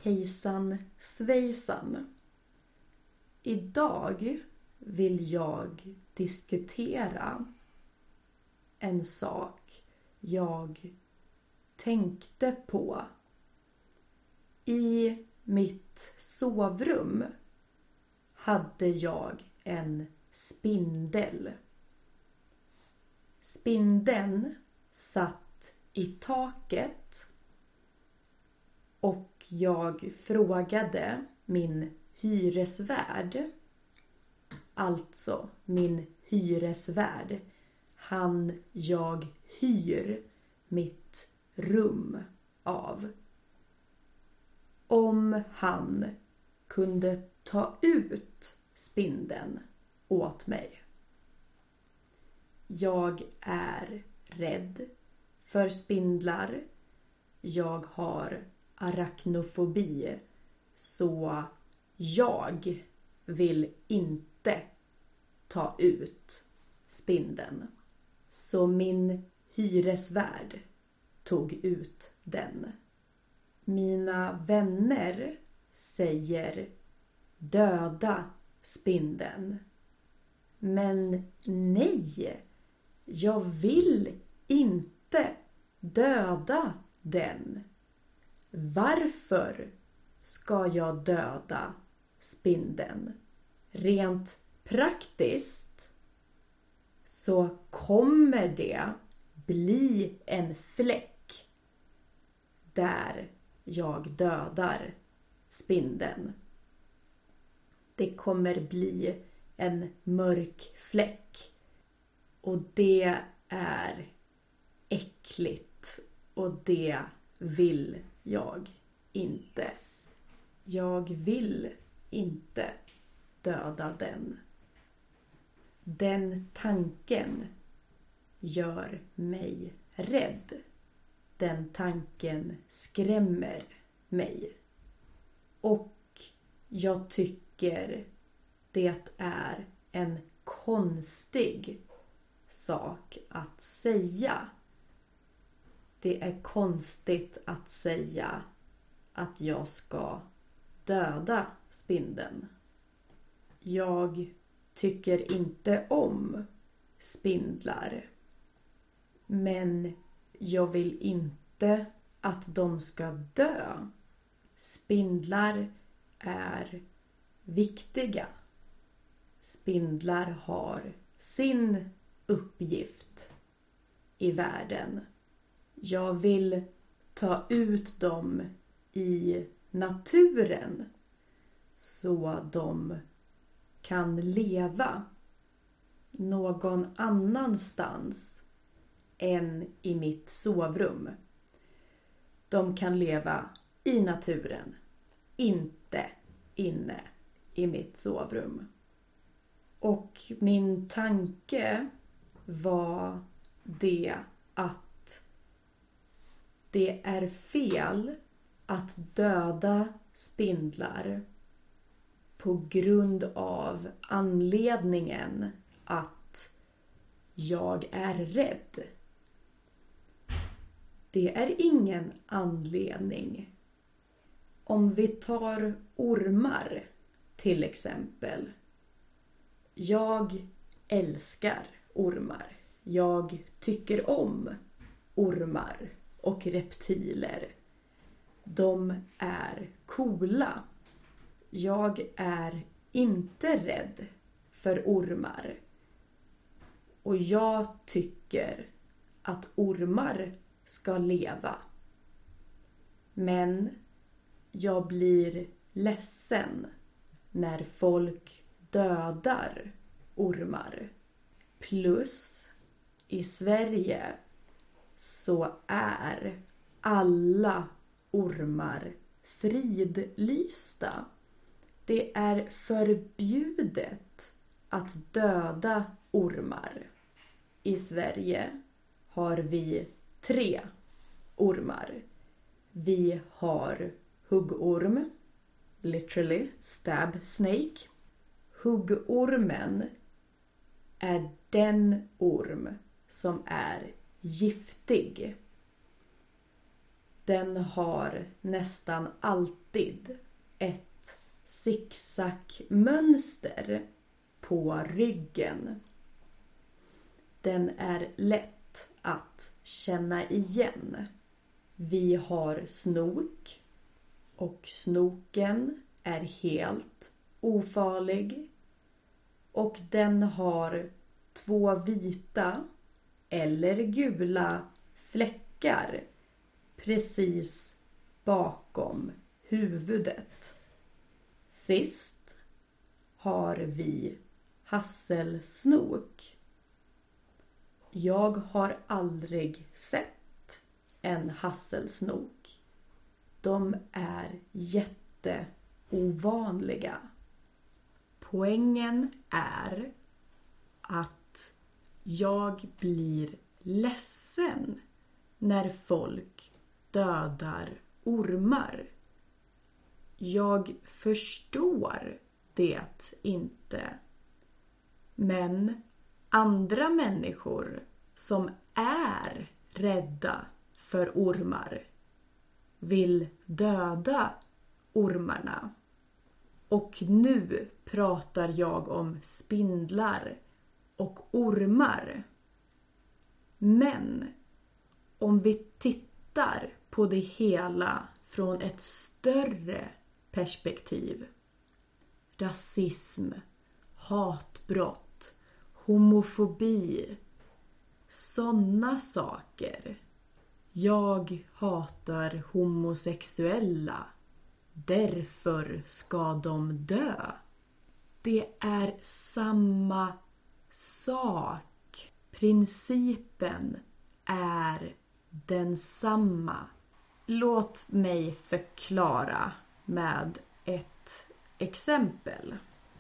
Hejsan svejsan. Idag vill jag diskutera en sak jag tänkte på. I mitt sovrum hade jag en spindel. Spindeln satt i taket och jag frågade min hyresvärd, alltså min hyresvärd, han jag hyr mitt rum av, om han kunde ta ut spindeln åt mig. Jag är rädd för spindlar. Jag har arachnofobi, så jag vill inte ta ut spindeln. Så min hyresvärd tog ut den. Mina vänner säger döda spindeln. Men nej, jag vill inte döda den. Varför ska jag döda spindeln? Rent praktiskt så kommer det bli en fläck där jag dödar spindeln. Det kommer bli en mörk fläck och det är äckligt och det vill jag inte. Jag vill inte döda den. Den tanken gör mig rädd. Den tanken skrämmer mig. Och jag tycker det är en konstig sak att säga. Det är konstigt att säga att jag ska döda spindeln. Jag tycker inte om spindlar. Men jag vill inte att de ska dö. Spindlar är viktiga. Spindlar har sin uppgift i världen. Jag vill ta ut dem i naturen så de kan leva någon annanstans än i mitt sovrum. De kan leva i naturen, inte inne i mitt sovrum. Och min tanke var det att det är fel att döda spindlar på grund av anledningen att jag är rädd. Det är ingen anledning. Om vi tar ormar till exempel. Jag älskar ormar. Jag tycker om ormar och reptiler. De är coola. Jag är inte rädd för ormar. Och jag tycker att ormar ska leva. Men jag blir ledsen när folk dödar ormar. Plus i Sverige så är alla ormar fridlysta. Det är förbjudet att döda ormar. I Sverige har vi 3 ormar. Vi har huggorm, literally stab snake. Huggormen är den orm som är giftig. den har nästan alltid ett zigzagmönster på ryggen. Den är lätt att känna igen. Vi har snok och snoken är helt ofarlig. Och den har 2 vita eller gula fläckar precis bakom huvudet. Sist har vi hasselsnok. Jag har aldrig sett en hasselsnok. De är jätteovanliga. Poängen är att jag blir ledsen när folk dödar ormar. Jag förstår det inte. Men andra människor som är rädda för ormar vill döda ormarna. Och nu pratar jag om spindlar och ormar. Men om vi tittar på det hela från ett större perspektiv. Rasism, hatbrott, homofobi, sådana saker. Jag hatar homosexuella. Därför ska de dö. Det är samma sak. Principen är densamma. Låt mig förklara med ett exempel.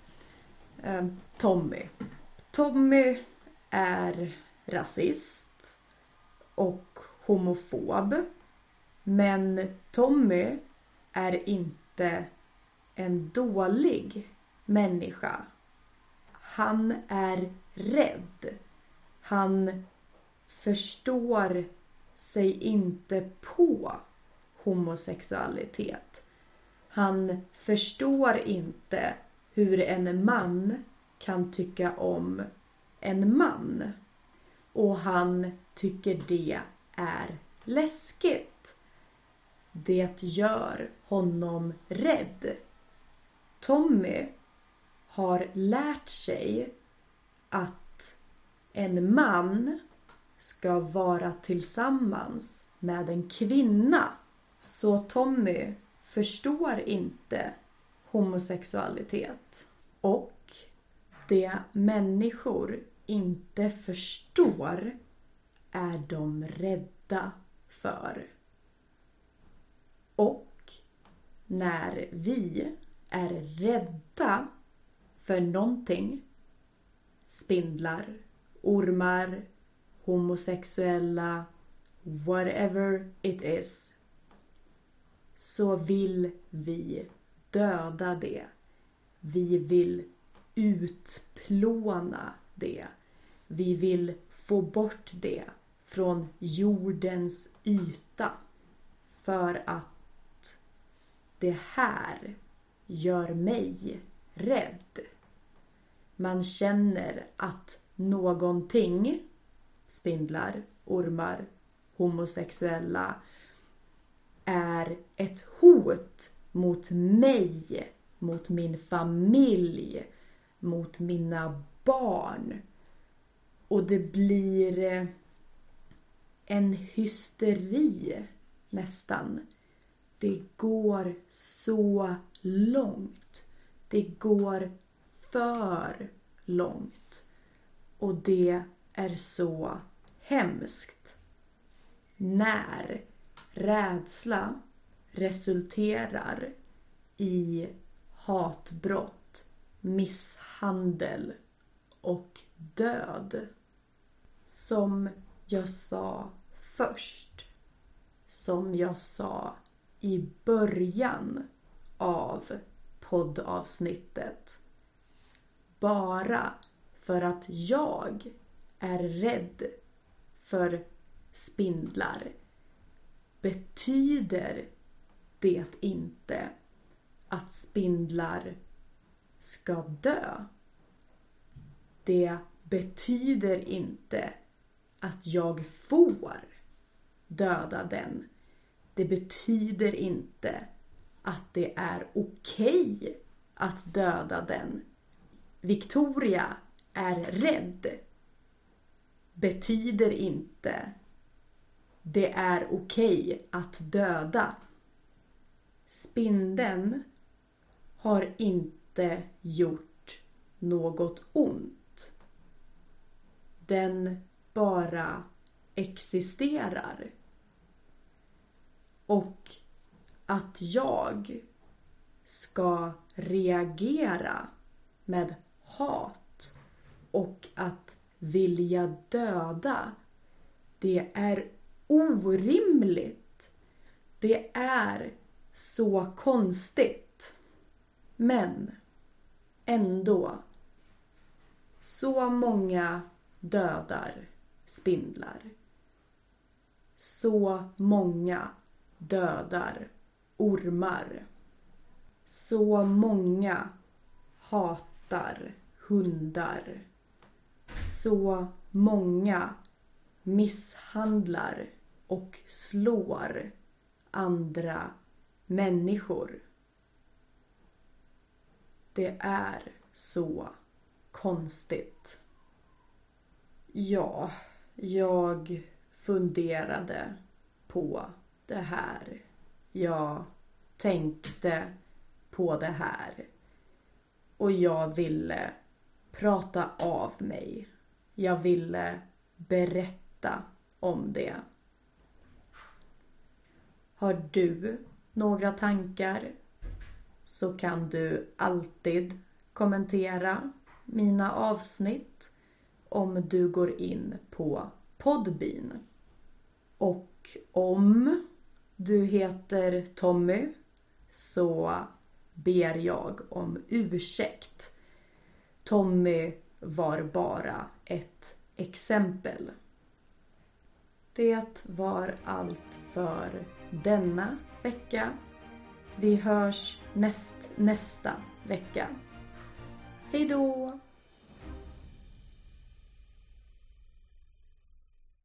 Tommy. Tommy är rasist och homofob. Men Tommy är inte en dålig människa. Han är rädd. Han förstår sig inte på homosexualitet. Han förstår inte hur en man kan tycka om en man. Och han tycker det är läskigt. Det gör honom rädd. Tommy har lärt sig att en man ska vara tillsammans med en kvinna. Så Tommy förstår inte homosexualitet. Och det människor inte förstår är de rädda för. Och när vi är rädda för någonting, spindlar, ormar, homosexuella, whatever it is, så vill vi döda det. Vi vill utplåna det. Vi vill få bort det från jordens yta. För att det här gör mig rädd. Man känner att någonting, spindlar, ormar, homosexuella, är ett hot mot mig, mot min familj, mot mina barn. Och det blir en hysteri nästan. Det går så långt. Det går för långt. Och det är så hemskt. När rädsla resulterar i hatbrott, misshandel och död. Som jag sa först. Som jag sa i början av poddavsnittet. Bara för att jag är rädd för spindlar betyder det inte att spindlar ska dö. Det betyder inte att jag får döda den. Det betyder inte att det är okej att döda den. Victoria är rädd. Betyder inte det är okej att döda. Spindeln har inte gjort något ont. Den bara existerar. Och att jag ska reagera med hat och att vilja döda, det är orimligt. Det är så konstigt. Men ändå, så många dödar spindlar. Så många dödar ormar. Så många hatar hundar. Så många misshandlar och slår andra människor. Det är så konstigt. Ja, jag funderade på det här. Jag tänkte på det här. Och jag ville prata av mig. Jag ville berätta om det. Har du några tankar så kan du alltid kommentera mina avsnitt om du går in på Podbean. Och om du heter Tommy så ber jag om ursäkt. Tommy var bara ett exempel. Det var allt för denna vecka. Vi hörs nästa vecka. Hej då!